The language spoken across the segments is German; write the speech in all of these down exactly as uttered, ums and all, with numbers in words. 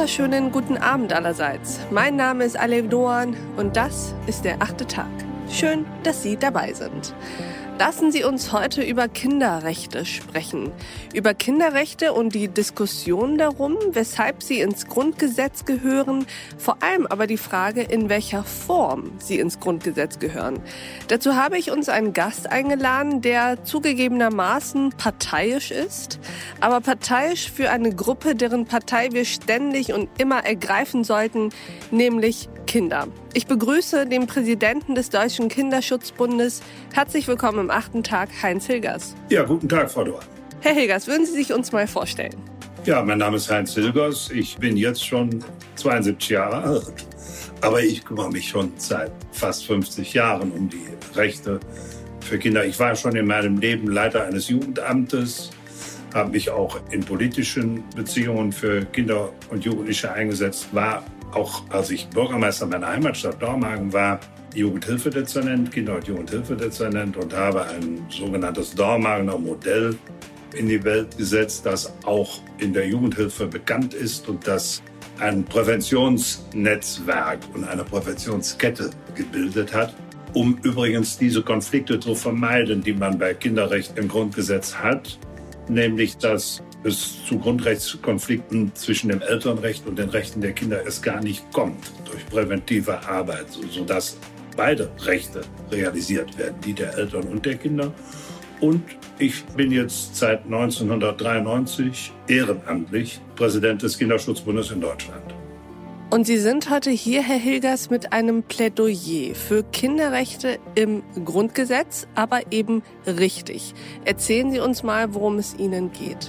wunderschönen guten Abend allerseits. Mein Name ist Alev Doan und das ist der achte Tag. Schön, dass Sie dabei sind. Lassen Sie uns heute über Kinderrechte sprechen. Über Kinderrechte und die Diskussion darum, weshalb sie ins Grundgesetz gehören. Vor allem aber die Frage, in welcher Form sie ins Grundgesetz gehören. Dazu habe ich uns einen Gast eingeladen, der zugegebenermaßen parteiisch ist. Aber parteiisch für eine Gruppe, deren Partei wir ständig und immer ergreifen sollten, nämlich Kinder. Ich begrüße den Präsidenten des Deutschen Kinderschutzbundes. Herzlich willkommen im achten Tag, Heinz Hilgers. Ja, guten Tag, Frau Doan. Herr Hilgers, würden Sie sich uns mal vorstellen? Ja, mein Name ist Heinz Hilgers. Ich bin jetzt schon zweiundsiebzig Jahre alt. Aber ich kümmere mich schon seit fast fünfzig Jahren um die Rechte für Kinder. Ich war schon in meinem Leben Leiter eines Jugendamtes, habe mich auch in politischen Beziehungen für Kinder und Jugendliche eingesetzt, war auch, als ich Bürgermeister meiner Heimatstadt Dormagen war, Jugendhilfedezernent, Kinder- und Jugendhilfedezernent und habe ein sogenanntes Dormagener Modell in die Welt gesetzt, das auch in der Jugendhilfe bekannt ist und das ein Präventionsnetzwerk und eine Präventionskette gebildet hat, um übrigens diese Konflikte zu vermeiden, die man bei Kinderrecht im Grundgesetz hat, nämlich dass es zu Grundrechtskonflikten zwischen dem Elternrecht und den Rechten der Kinder es gar nicht kommt durch präventive Arbeit, sodass beide Rechte realisiert werden, die der Eltern und der Kinder. Und ich bin jetzt seit neunzehnhundertdreiundneunzig ehrenamtlich Präsident des Kinderschutzbundes in Deutschland. Und Sie sind heute hier, Herr Hilgers, mit einem Plädoyer für Kinderrechte im Grundgesetz, aber eben richtig. Erzählen Sie uns mal, worum es Ihnen geht.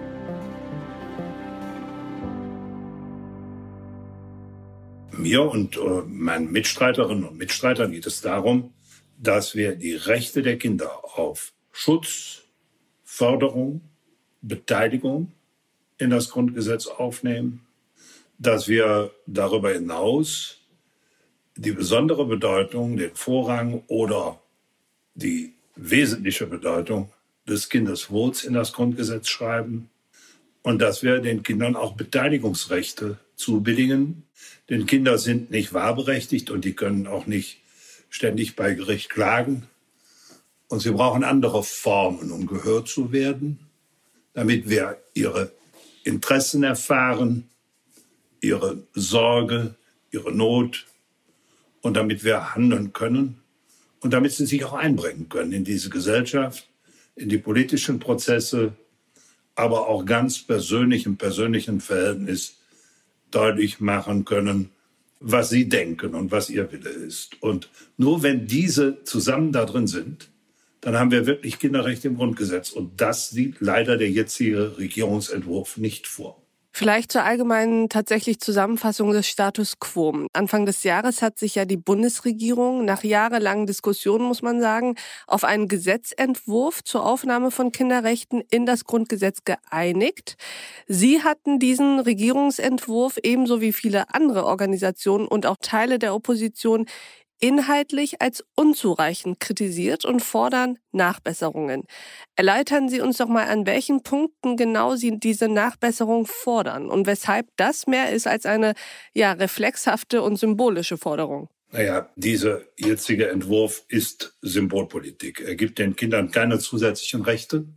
Mir und äh, meinen Mitstreiterinnen und Mitstreitern geht es darum, dass wir die Rechte der Kinder auf Schutz, Förderung, Beteiligung in das Grundgesetz aufnehmen, dass wir darüber hinaus die besondere Bedeutung, den Vorrang oder die wesentliche Bedeutung des Kindeswohls in das Grundgesetz schreiben und dass wir den Kindern auch Beteiligungsrechte zubilligen. Denn Kinder sind nicht wahlberechtigt und die können auch nicht ständig bei Gericht klagen. Und sie brauchen andere Formen, um gehört zu werden, damit wir ihre Interessen erfahren, ihre Sorge, ihre Not und damit wir handeln können und damit sie sich auch einbringen können in diese Gesellschaft, in die politischen Prozesse, aber auch ganz persönlich im persönlichen Verhältnis deutlich machen können, was sie denken und was ihr Wille ist. Und nur wenn diese zusammen da drin sind, dann haben wir wirklich Kinderrechte im Grundgesetz. Und das sieht leider der jetzige Regierungsentwurf nicht vor. Vielleicht zur allgemeinen tatsächlich Zusammenfassung des Status quo. Anfang des Jahres hat sich ja die Bundesregierung nach jahrelangen Diskussionen, muss man sagen, auf einen Gesetzentwurf zur Aufnahme von Kinderrechten in das Grundgesetz geeinigt. Sie hatten diesen Regierungsentwurf ebenso wie viele andere Organisationen und auch Teile der Opposition inhaltlich als unzureichend kritisiert und fordern Nachbesserungen. Erläutern Sie uns doch mal, an welchen Punkten genau Sie diese Nachbesserung fordern und weshalb das mehr ist als eine ja, reflexhafte und symbolische Forderung. Naja, dieser jetzige Entwurf ist Symbolpolitik. Er gibt den Kindern keine zusätzlichen Rechte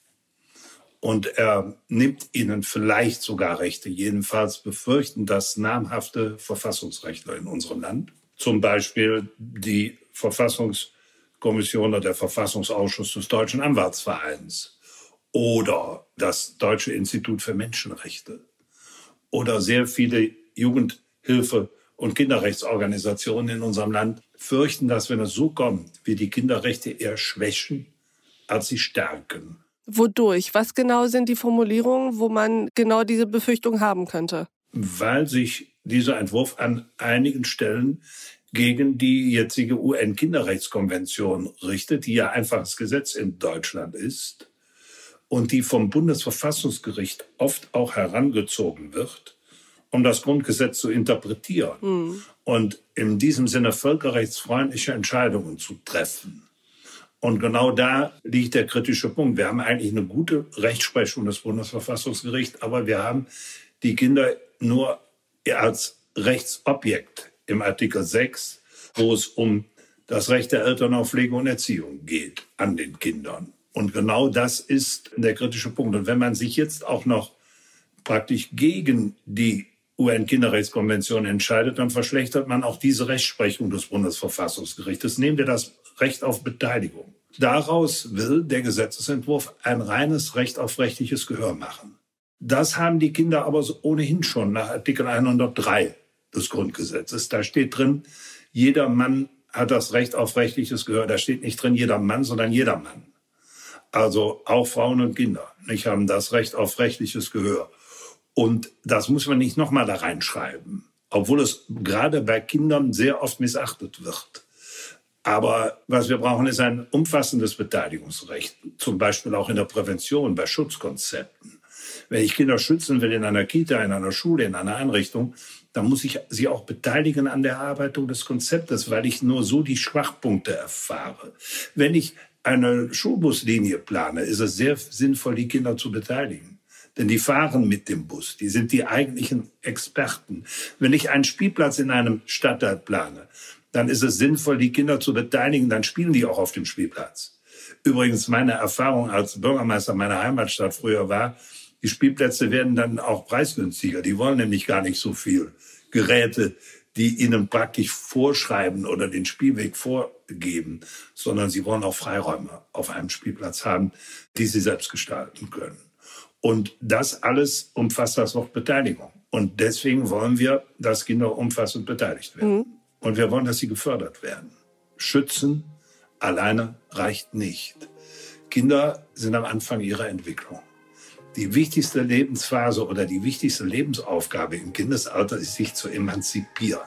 und er nimmt ihnen vielleicht sogar Rechte. Jedenfalls befürchten das namhafte Verfassungsrechtler in unserem Land. Zum Beispiel die Verfassungskommission oder der Verfassungsausschuss des Deutschen Anwaltsvereins oder das Deutsche Institut für Menschenrechte oder sehr viele Jugendhilfe- und Kinderrechtsorganisationen in unserem Land fürchten, dass, wenn es so kommt, wir die Kinderrechte eher schwächen, als sie stärken. Wodurch? Was genau sind die Formulierungen, wo man genau diese Befürchtung haben könnte? Weil sich dieser Entwurf an einigen Stellen gegen die jetzige U N-Kinderrechtskonvention richtet, die ja einfaches Gesetz in Deutschland ist und die vom Bundesverfassungsgericht oft auch herangezogen wird, um das Grundgesetz zu interpretieren mhm. und in diesem Sinne völkerrechtsfreundliche Entscheidungen zu treffen. Und genau da liegt der kritische Punkt. Wir haben eigentlich eine gute Rechtsprechung des Bundesverfassungsgerichts, aber wir haben die Kinder nur als Rechtsobjekt im Artikel sechs, wo es um das Recht der Eltern auf Pflege und Erziehung geht an den Kindern. Und genau das ist der kritische Punkt. Und wenn man sich jetzt auch noch praktisch gegen die U N-Kinderrechtskonvention entscheidet, dann verschlechtert man auch diese Rechtsprechung des Bundesverfassungsgerichtes. Nehmen wir das Recht auf Beteiligung. Daraus will der Gesetzesentwurf ein reines Recht auf rechtliches Gehör machen. Das haben die Kinder aber so ohnehin schon nach Artikel hundertdrei des Grundgesetzes. Da steht drin, jeder Mann hat das Recht auf rechtliches Gehör. Da steht nicht drin jeder Mann, sondern jeder Mann. Also auch Frauen und Kinder nicht, haben das Recht auf rechtliches Gehör. Und das muss man nicht nochmal da reinschreiben, obwohl es gerade bei Kindern sehr oft missachtet wird. Aber was wir brauchen, ist ein umfassendes Beteiligungsrecht, zum Beispiel auch in der Prävention, bei Schutzkonzepten. Wenn ich Kinder schützen will in einer Kita, in einer Schule, in einer Einrichtung, dann muss ich sie auch beteiligen an der Erarbeitung des Konzeptes, weil ich nur so die Schwachpunkte erfahre. Wenn ich eine Schulbuslinie plane, ist es sehr sinnvoll, die Kinder zu beteiligen. Denn die fahren mit dem Bus, die sind die eigentlichen Experten. Wenn ich einen Spielplatz in einem Stadtteil plane, dann ist es sinnvoll, die Kinder zu beteiligen, dann spielen die auch auf dem Spielplatz. Übrigens, meine Erfahrung als Bürgermeister meiner Heimatstadt früher war, die Spielplätze werden dann auch preisgünstiger. Die wollen nämlich gar nicht so viel Geräte, die ihnen praktisch vorschreiben oder den Spielweg vorgeben, sondern sie wollen auch Freiräume auf einem Spielplatz haben, die sie selbst gestalten können. Und das alles umfasst das Wort Beteiligung. Und deswegen wollen wir, dass Kinder umfassend beteiligt werden. Mhm. Und wir wollen, dass sie gefördert werden. Schützen alleine reicht nicht. Kinder sind am Anfang ihrer Entwicklung. Die wichtigste Lebensphase oder die wichtigste Lebensaufgabe im Kindesalter ist, sich zu emanzipieren.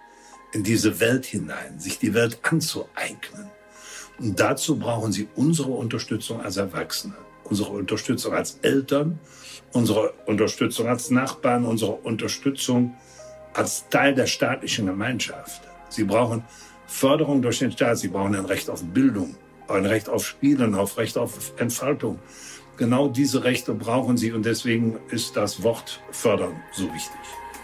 In diese Welt hinein, sich die Welt anzueignen. Und dazu brauchen sie unsere Unterstützung als Erwachsene. Unsere Unterstützung als Eltern, unsere Unterstützung als Nachbarn, unsere Unterstützung als Teil der staatlichen Gemeinschaft. Sie brauchen Förderung durch den Staat, sie brauchen ein Recht auf Bildung, ein Recht auf Spielen, ein Recht auf Entfaltung. Genau diese Rechte brauchen sie und deswegen ist das Wort fördern so wichtig.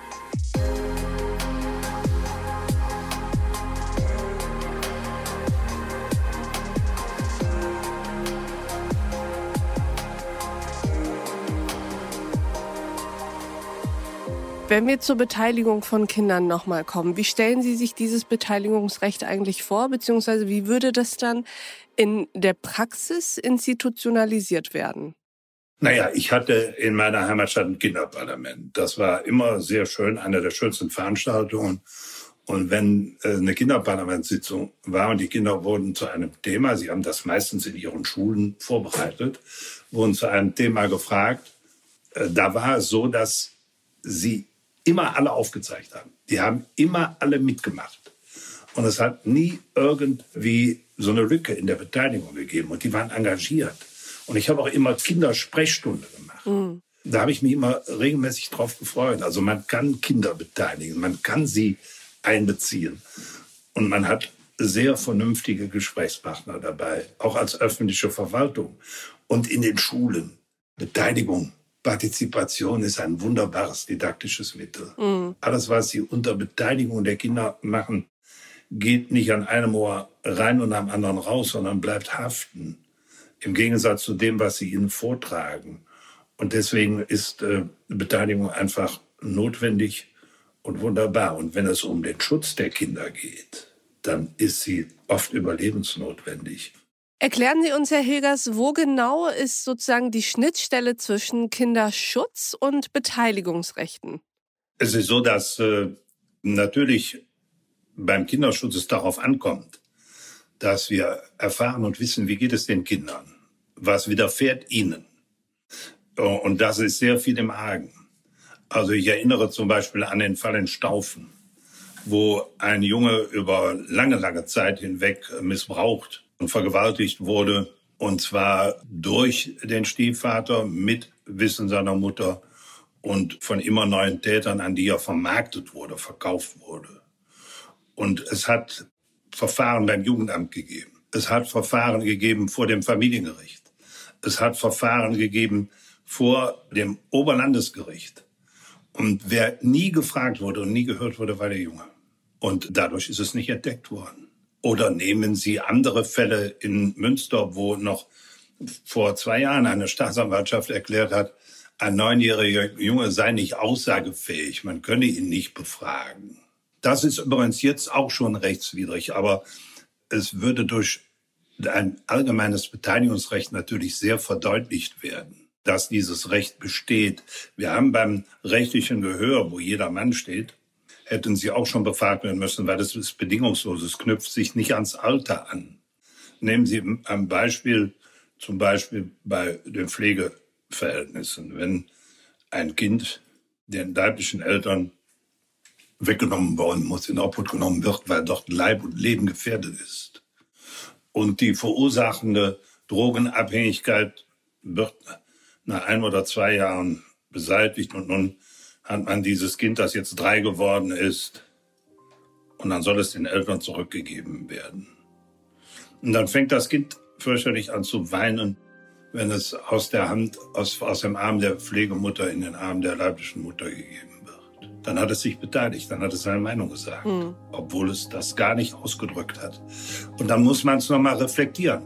Wenn wir zur Beteiligung von Kindern nochmal kommen, wie stellen Sie sich dieses Beteiligungsrecht eigentlich vor, beziehungsweise wie würde das dann in der Praxis institutionalisiert werden? Naja, ich hatte in meiner Heimatstadt ein Kinderparlament. Das war immer sehr schön, eine der schönsten Veranstaltungen. Und wenn eine Kinderparlamentssitzung war und die Kinder wurden zu einem Thema, sie haben das meistens in ihren Schulen vorbereitet, wurden zu einem Thema gefragt, da war es so, dass sie immer alle aufgezeigt haben. Die haben immer alle mitgemacht. Und es hat nie irgendwie so eine Lücke in der Beteiligung gegeben. Und die waren engagiert. Und ich habe auch immer Kindersprechstunde gemacht. Mhm. Da habe ich mich immer regelmäßig drauf gefreut. Also man kann Kinder beteiligen, man kann sie einbeziehen. Und man hat sehr vernünftige Gesprächspartner dabei, auch als öffentliche Verwaltung. Und in den Schulen. Beteiligung. Partizipation ist ein wunderbares didaktisches Mittel. Mhm. Alles, was Sie unter Beteiligung der Kinder machen, geht nicht an einem Ohr rein und am anderen raus, sondern bleibt haften. Im Gegensatz zu dem, was Sie ihnen vortragen. Und deswegen ist äh, Beteiligung einfach notwendig und wunderbar. Und wenn es um den Schutz der Kinder geht, dann ist sie oft überlebensnotwendig. Erklären Sie uns, Herr Hilgers, wo genau ist sozusagen die Schnittstelle zwischen Kinderschutz und Beteiligungsrechten? Es ist so, dass äh, natürlich beim Kinderschutz es darauf ankommt, dass wir erfahren und wissen, wie geht es den Kindern, was widerfährt ihnen. Und das ist sehr viel im Argen. Also ich erinnere zum Beispiel an den Fall in Staufen, wo ein Junge über lange, lange Zeit hinweg missbraucht und vergewaltigt wurde, und zwar durch den Stiefvater mit Wissen seiner Mutter und von immer neuen Tätern, an die er vermarktet wurde, verkauft wurde. Und es hat Verfahren beim Jugendamt gegeben. Es hat Verfahren gegeben vor dem Familiengericht. Es hat Verfahren gegeben vor dem Oberlandesgericht. Und wer nie gefragt wurde und nie gehört wurde, war der Junge. Und dadurch ist es nicht entdeckt worden. Oder nehmen Sie andere Fälle in Münster, wo noch vor zwei Jahren eine Staatsanwaltschaft erklärt hat, ein neunjähriger Junge sei nicht aussagefähig, man könne ihn nicht befragen. Das ist übrigens jetzt auch schon rechtswidrig, aber es würde durch ein allgemeines Beteiligungsrecht natürlich sehr verdeutlicht werden, dass dieses Recht besteht. Wir haben beim rechtlichen Gehör, wo jeder Mann steht, hätten Sie auch schon befragt werden müssen, weil das ist bedingungslos. Es knüpft sich nicht ans Alter an. Nehmen Sie ein Beispiel, zum Beispiel bei den Pflegeverhältnissen. Wenn ein Kind den leiblichen Eltern weggenommen worden muss, in Obhut genommen wird, weil dort Leib und Leben gefährdet ist. Und die verursachende Drogenabhängigkeit wird nach ein oder zwei Jahren beseitigt. Und nun hat man dieses Kind, das jetzt drei geworden ist, und dann soll es den Eltern zurückgegeben werden. Und dann fängt das Kind fürchterlich an zu weinen, wenn es aus der Hand, aus, aus dem Arm der Pflegemutter in den Arm der leiblichen Mutter gegeben wird. Dann hat es sich beteiligt, dann hat es seine Meinung gesagt, mhm. obwohl es das gar nicht ausgedrückt hat. Und dann muss man es nochmal reflektieren.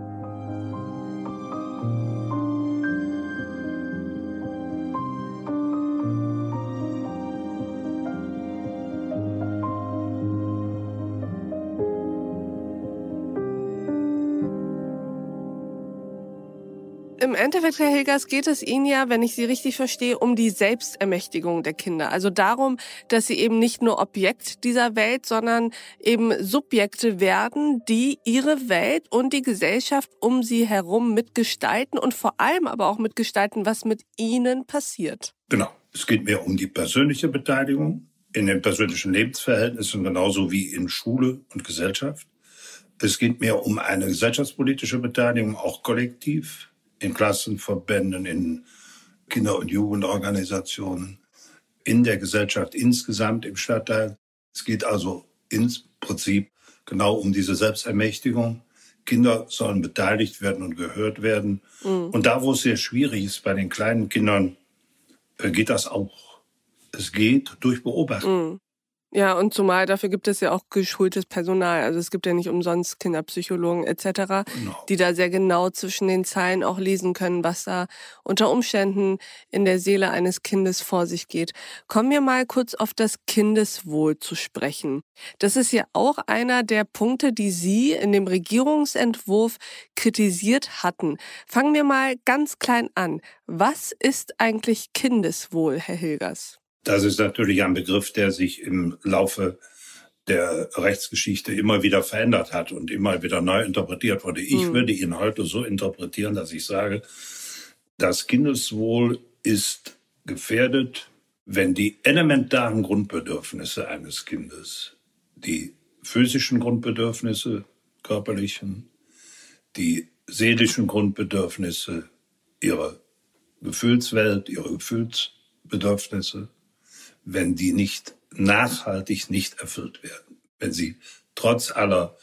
Im Endeffekt, Herr Hilgers, geht es Ihnen ja, wenn ich Sie richtig verstehe, um die Selbstermächtigung der Kinder. Also darum, dass sie eben nicht nur Objekt dieser Welt, sondern eben Subjekte werden, die ihre Welt und die Gesellschaft um sie herum mitgestalten und vor allem aber auch mitgestalten, was mit ihnen passiert. Genau. Es geht mehr um die persönliche Beteiligung in den persönlichen Lebensverhältnissen, genauso wie in Schule und Gesellschaft. Es geht mehr um eine gesellschaftspolitische Beteiligung, auch kollektiv, in Klassenverbänden, in Kinder- und Jugendorganisationen, in der Gesellschaft insgesamt, im Stadtteil. Es geht also ins Prinzip genau um diese Selbstermächtigung. Kinder sollen beteiligt werden und gehört werden. Mhm. Und da, wo es sehr schwierig ist, bei den kleinen Kindern, geht das auch. Es geht durch Beobachtung. Mhm. Ja, und zumal dafür gibt es ja auch geschultes Personal. Also es gibt ja nicht umsonst Kinderpsychologen et cetera, genau, die da sehr genau zwischen den Zeilen auch lesen können, was da unter Umständen in der Seele eines Kindes vor sich geht. Kommen wir mal kurz auf das Kindeswohl zu sprechen. Das ist ja auch einer der Punkte, die Sie in dem Regierungsentwurf kritisiert hatten. Fangen wir mal ganz klein an. Was ist eigentlich Kindeswohl, Herr Hilgers? Das ist natürlich ein Begriff, der sich im Laufe der Rechtsgeschichte immer wieder verändert hat und immer wieder neu interpretiert wurde. Ich mhm. würde ihn heute so interpretieren, dass ich sage, das Kindeswohl ist gefährdet, wenn die elementaren Grundbedürfnisse eines Kindes, die physischen Grundbedürfnisse, körperlichen, die seelischen Grundbedürfnisse, ihre Gefühlswelt, ihre Gefühlsbedürfnisse, wenn die nicht nachhaltig nicht erfüllt werden, wenn sie trotz aller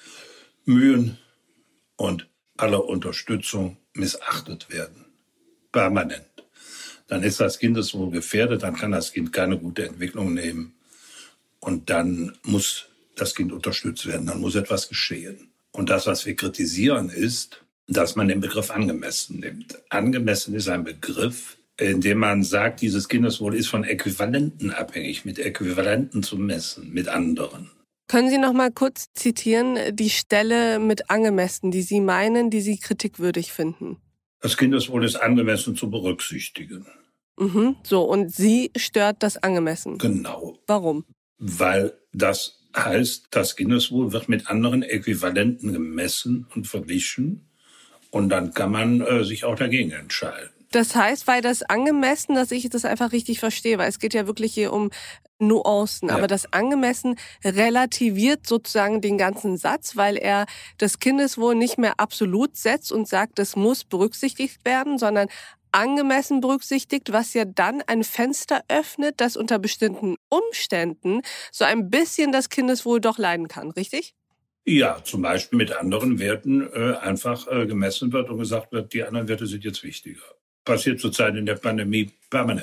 Mühen und aller Unterstützung missachtet werden, permanent, dann ist das Kindeswohl gefährdet, dann kann das Kind keine gute Entwicklung nehmen und dann muss das Kind unterstützt werden, dann muss etwas geschehen. Und das, was wir kritisieren, ist, dass man den Begriff angemessen nimmt. Angemessen ist ein Begriff, indem man sagt, dieses Kindeswohl ist von Äquivalenten abhängig, mit Äquivalenten zu messen, mit anderen. Können Sie noch mal kurz zitieren, die Stelle mit angemessen, die Sie meinen, die Sie kritikwürdig finden? Das Kindeswohl ist angemessen zu berücksichtigen. Mhm, so, und Sie stört das angemessen? Genau. Warum? Weil das heißt, das Kindeswohl wird mit anderen Äquivalenten gemessen und verglichen und dann kann man äh, sich auch dagegen entscheiden. Das heißt, weil das angemessen, dass ich das einfach richtig verstehe, weil es geht ja wirklich hier um Nuancen, ja. Aber das angemessen relativiert sozusagen den ganzen Satz, weil er das Kindeswohl nicht mehr absolut setzt und sagt, das muss berücksichtigt werden, sondern angemessen berücksichtigt, was ja dann ein Fenster öffnet, das unter bestimmten Umständen so ein bisschen das Kindeswohl doch leiden kann, richtig? Ja, zum Beispiel mit anderen Werten äh, einfach äh, gemessen wird und gesagt wird, die anderen Werte sind jetzt wichtiger. Passiert zurzeit in der Pandemie permanent.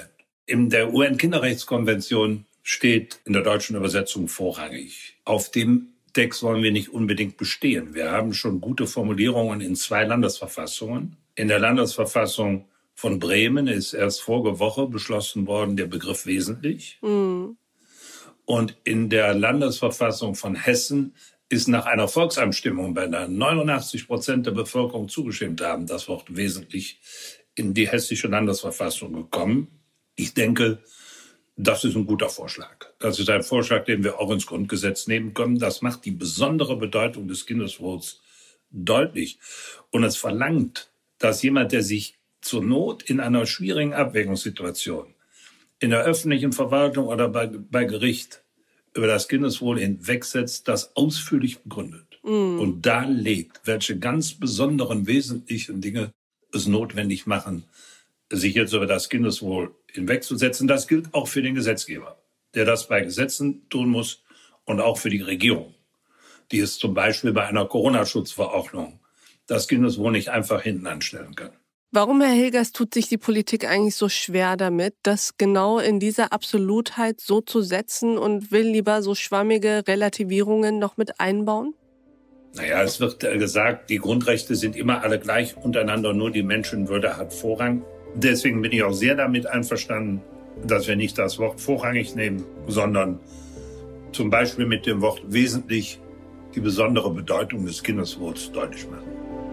In der U N-Kinderrechtskonvention steht in der deutschen Übersetzung vorrangig. Auf dem Text wollen wir nicht unbedingt bestehen. Wir haben schon gute Formulierungen in zwei Landesverfassungen. In der Landesverfassung von Bremen ist erst vorige Woche beschlossen worden der Begriff wesentlich. Mhm. Und in der Landesverfassung von Hessen ist nach einer Volksabstimmung, bei der neunundachtzig Prozent der Bevölkerung zugestimmt haben, das Wort wesentlich in die hessische Landesverfassung gekommen. Ich denke, das ist ein guter Vorschlag. Das ist ein Vorschlag, den wir auch ins Grundgesetz nehmen können. Das macht die besondere Bedeutung des Kindeswohls deutlich. Und es verlangt, dass jemand, der sich zur Not in einer schwierigen Abwägungssituation in der öffentlichen Verwaltung oder bei, bei Gericht über das Kindeswohl hinwegsetzt, das ausführlich begründet mm. und darlegt, welche ganz besonderen, wesentlichen Dinge es notwendig machen, sich jetzt über das Kindeswohl hinwegzusetzen. Das gilt auch für den Gesetzgeber, der das bei Gesetzen tun muss, und auch für die Regierung, die es zum Beispiel bei einer Corona-Schutzverordnung das Kindeswohl nicht einfach hinten anstellen kann. Warum, Herr Hilgers, tut sich die Politik eigentlich so schwer damit, das genau in dieser Absolutheit so zu setzen und will lieber so schwammige Relativierungen noch mit einbauen? Naja, es wird gesagt, die Grundrechte sind immer alle gleich untereinander, nur die Menschenwürde hat Vorrang. Deswegen bin ich auch sehr damit einverstanden, dass wir nicht das Wort vorrangig nehmen, sondern zum Beispiel mit dem Wort wesentlich die besondere Bedeutung des Kindeswohls deutlich machen.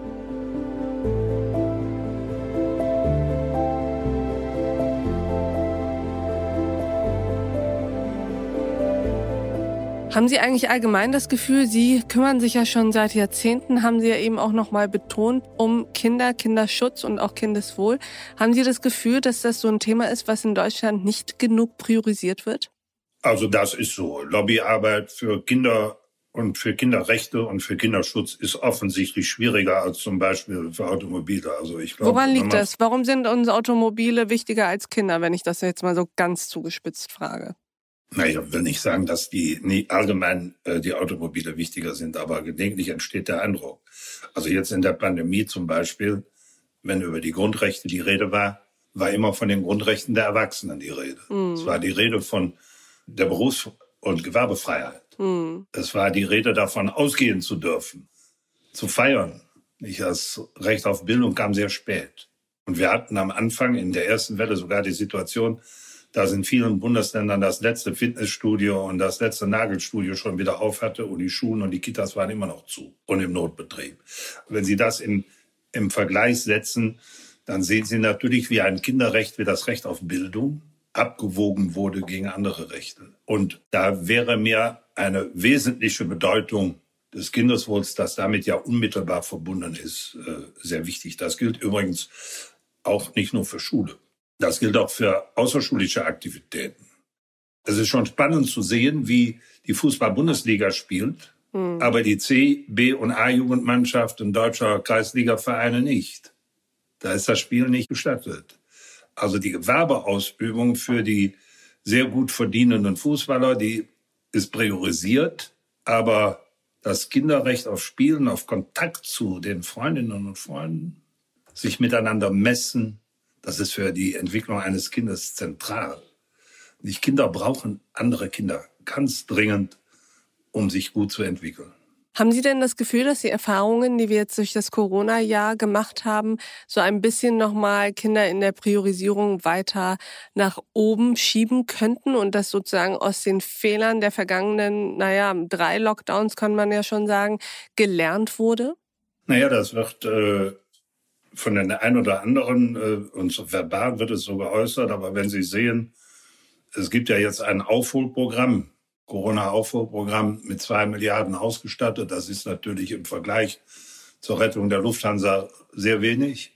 Haben Sie eigentlich allgemein das Gefühl, Sie kümmern sich ja schon seit Jahrzehnten, haben Sie ja eben auch nochmal betont, um Kinder, Kinderschutz und auch Kindeswohl. Haben Sie das Gefühl, dass das so ein Thema ist, was in Deutschland nicht genug priorisiert wird? Also das ist so. Lobbyarbeit für Kinder und für Kinderrechte und für Kinderschutz ist offensichtlich schwieriger als zum Beispiel für Automobile. Also ich glaube, woran liegt das? Warum sind uns Automobile wichtiger als Kinder, wenn ich das jetzt mal so ganz zugespitzt frage? Naja, ich will nicht sagen, dass die nie allgemein äh, die Automobile wichtiger sind, aber gelegentlich entsteht der Eindruck. Also jetzt in der Pandemie zum Beispiel, wenn über die Grundrechte die Rede war, war immer von den Grundrechten der Erwachsenen die Rede. Mm. Es war die Rede von der Berufs- und Gewerbefreiheit. Mm. Es war die Rede davon, ausgehen zu dürfen, zu feiern. Nicht, das Recht auf Bildung kam sehr spät. Und wir hatten am Anfang in der ersten Welle sogar die Situation, dass in vielen Bundesländern das letzte Fitnessstudio und das letzte Nagelstudio schon wieder auf hatte und die Schulen und die Kitas waren immer noch zu und im Notbetrieb. Wenn Sie das im, im Vergleich setzen, dann sehen Sie natürlich, wie ein Kinderrecht, wie das Recht auf Bildung abgewogen wurde gegen andere Rechte. Und da wäre mir eine wesentliche Bedeutung des Kindeswohls, das damit ja unmittelbar verbunden ist, sehr wichtig. Das gilt übrigens auch nicht nur für Schule. Das gilt auch für außerschulische Aktivitäten. Es ist schon spannend zu sehen, wie die Fußball-Bundesliga spielt, mhm. aber die C-, B- und A-Jugendmannschaften deutscher Kreisligavereine nicht. Da ist das Spiel nicht gestattet. Also die Gewerbeausübung für die sehr gut verdienenden Fußballer, die ist priorisiert, aber das Kinderrecht auf Spielen, auf Kontakt zu den Freundinnen und Freunden, sich miteinander messen, das ist für die Entwicklung eines Kindes zentral. Die Kinder brauchen andere Kinder ganz dringend, um sich gut zu entwickeln. Haben Sie denn das Gefühl, dass die Erfahrungen, die wir jetzt durch das Corona-Jahr gemacht haben, so ein bisschen nochmal Kinder in der Priorisierung weiter nach oben schieben könnten und dass sozusagen aus den Fehlern der vergangenen, naja, drei Lockdowns, kann man ja schon sagen, gelernt wurde? Naja, das wird äh, von den ein oder anderen, äh, und so verbal wird es so geäußert, aber wenn Sie sehen, es gibt ja jetzt ein Aufholprogramm, Corona-Aufholprogramm mit zwei Milliarden ausgestattet. Das ist natürlich im Vergleich zur Rettung der Lufthansa sehr wenig.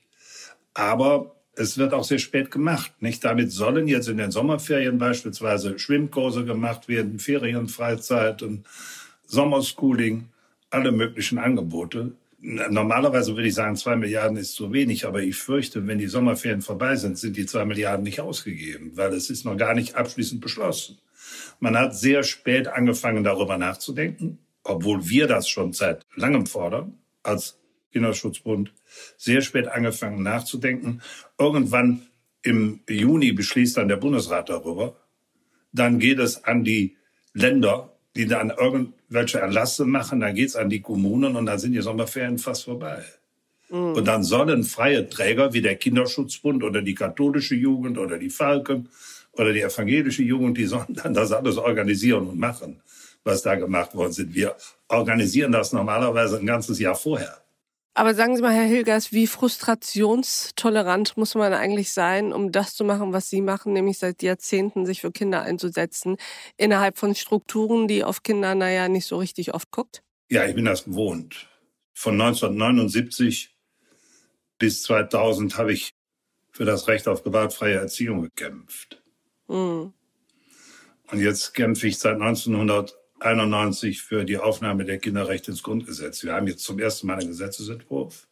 Aber es wird auch sehr spät gemacht. Nicht? Damit sollen jetzt in den Sommerferien beispielsweise Schwimmkurse gemacht werden, Ferienfreizeit und Sommerschooling, alle möglichen Angebote. Normalerweise würde ich sagen, zwei Milliarden ist zu wenig, aber ich fürchte, wenn die Sommerferien vorbei sind, sind die zwei Milliarden nicht ausgegeben, weil es ist noch gar nicht abschließend beschlossen. Man hat sehr spät angefangen, darüber nachzudenken, obwohl wir das schon seit langem fordern, als Kinderschutzbund, sehr spät angefangen nachzudenken. Irgendwann Im Juni beschließt dann der Bundesrat darüber. Dann geht es an die Länder, die dann irgendwelche Erlasse machen. Dann geht es an die Kommunen und dann sind die Sommerferien fast vorbei. Mhm. Und dann sollen freie Träger wie der Kinderschutzbund oder die katholische Jugend oder die Falken oder die evangelische Jugend, die sollen dann das alles organisieren und machen, was da gemacht worden sind. Wir organisieren das normalerweise ein ganzes Jahr vorher. Aber sagen Sie mal, Herr Hilgers, wie frustrationstolerant muss man eigentlich sein, um das zu machen, was Sie machen, nämlich seit Jahrzehnten sich für Kinder einzusetzen, innerhalb von Strukturen, die auf Kinder, naja, nicht so richtig oft guckt? Ja, ich bin das gewohnt. Von neunzehnhundertneunundsiebzig bis zweitausend habe ich für das Recht auf gewaltfreie Erziehung gekämpft. Mhm. Und jetzt kämpfe ich seit neunzehnhunderteinundneunzig für die Aufnahme der Kinderrechte ins Grundgesetz. Wir haben jetzt zum ersten Mal einen Gesetzesentwurf.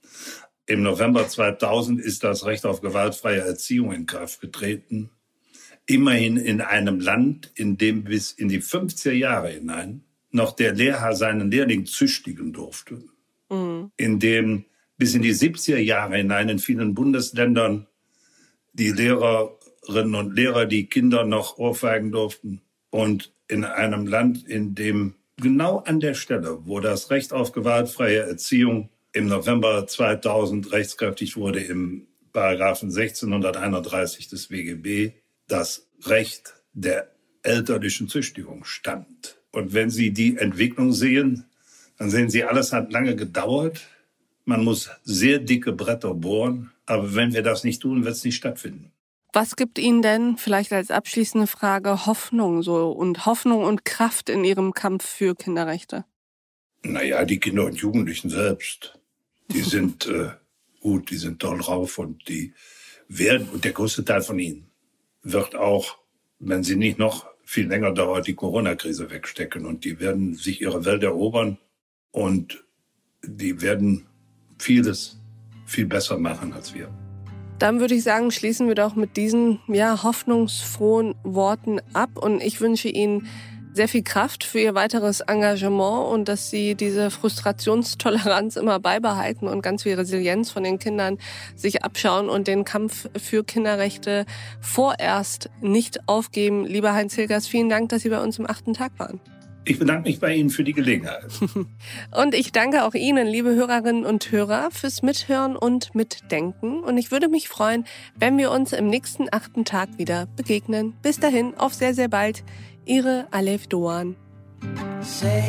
Im November zweitausend ist das Recht auf gewaltfreie Erziehung in Kraft getreten. Immerhin in einem Land, in dem bis in die fünfziger Jahre hinein noch der Lehrherr seinen Lehrling züchtigen durfte. Mhm. In dem bis in die siebziger Jahre hinein in vielen Bundesländern die Lehrerinnen und Lehrer die Kinder noch ohrfeigen durften. Und in einem Land, in dem genau an der Stelle, wo das Recht auf gewaltfreie Erziehung im November zweitausend rechtskräftig wurde, im Paragraphen sechzehnhunderteinunddreißig des W G B, das Recht der elterlichen Züchtigung stand. Und wenn Sie die Entwicklung sehen, dann sehen Sie, alles hat lange gedauert. Man muss sehr dicke Bretter bohren. Aber wenn wir das nicht tun, wird es nicht stattfinden. Was gibt Ihnen denn, vielleicht als abschließende Frage, Hoffnung so und Hoffnung und Kraft in Ihrem Kampf für Kinderrechte? Naja, die Kinder und Jugendlichen selbst, die sind äh, gut, die sind toll drauf und die werden, und der größte Teil von ihnen wird auch, wenn sie nicht noch viel länger dauert, die Corona-Krise wegstecken und die werden sich ihre Welt erobern und die werden vieles viel besser machen als wir. Dann würde ich sagen, schließen wir doch mit diesen ja, hoffnungsfrohen Worten ab. Und ich wünsche Ihnen sehr viel Kraft für Ihr weiteres Engagement und dass Sie diese Frustrationstoleranz immer beibehalten und ganz viel Resilienz von den Kindern sich abschauen und den Kampf für Kinderrechte vorerst nicht aufgeben. Lieber Heinz Hilgers, vielen Dank, dass Sie bei uns im achten Tag waren. Ich bedanke mich bei Ihnen für die Gelegenheit. Und ich danke auch Ihnen, liebe Hörerinnen und Hörer, fürs Mithören und Mitdenken. Und ich würde mich freuen, wenn wir uns im nächsten achten Tag wieder begegnen. Bis dahin, auf sehr, sehr bald. Ihre Alev Doğan. Say,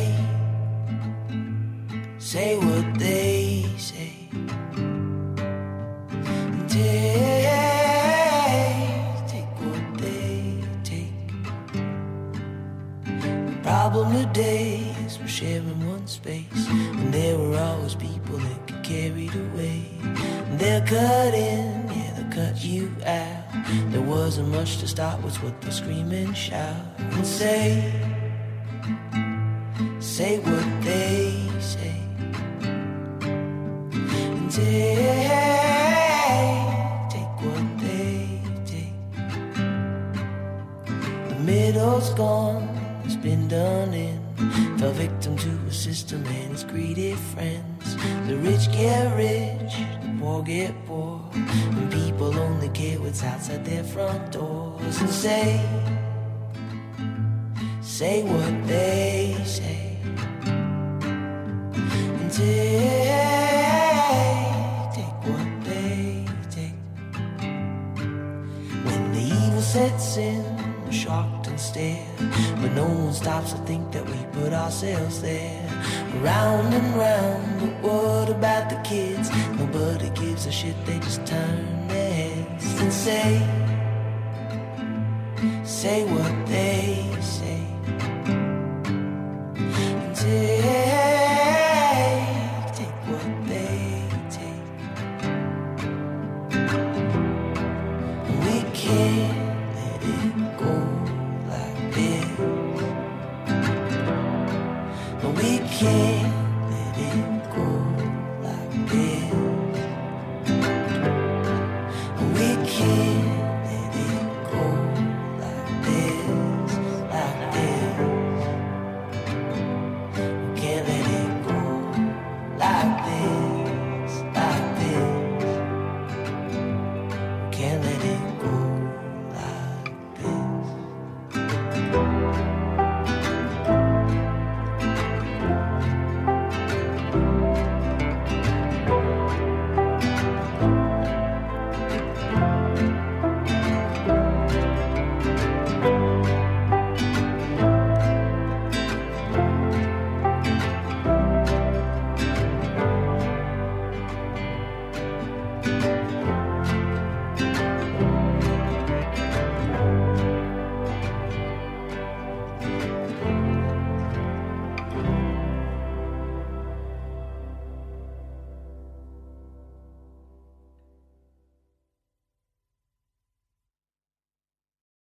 say what they say. Take, take what they take. The problem today is we're sharing one space, and there were always people that get carried away. And they'll cut in, yeah, they'll cut you out. There wasn't much to start with what they scream and shout. And say, say what they say. And take, take what they take. The middle's gone, it's been done in. Fell victim to a system and its greedy friends. The rich get rich, the poor get poor, and people only care what's outside their front doors. And say, say what they say. And take, take what they take. When the evil sets in, we're shocked and stare, but no one stops to think that we put ourselves there. Round and round, but what about the kids? Nobody gives a shit, they just turn their heads and say, say what they say. And take, take what they take. And we can't let it go like this. And we can't let it